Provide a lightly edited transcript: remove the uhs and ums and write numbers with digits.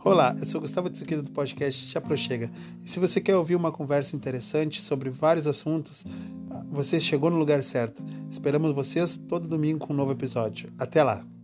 Olá, eu sou Gustavo Tsukido do podcast Te Aproxega. E se você quer ouvir uma conversa interessante sobre vários assuntos, você chegou no lugar certo. Esperamos vocês todo domingo com um novo episódio. Até lá!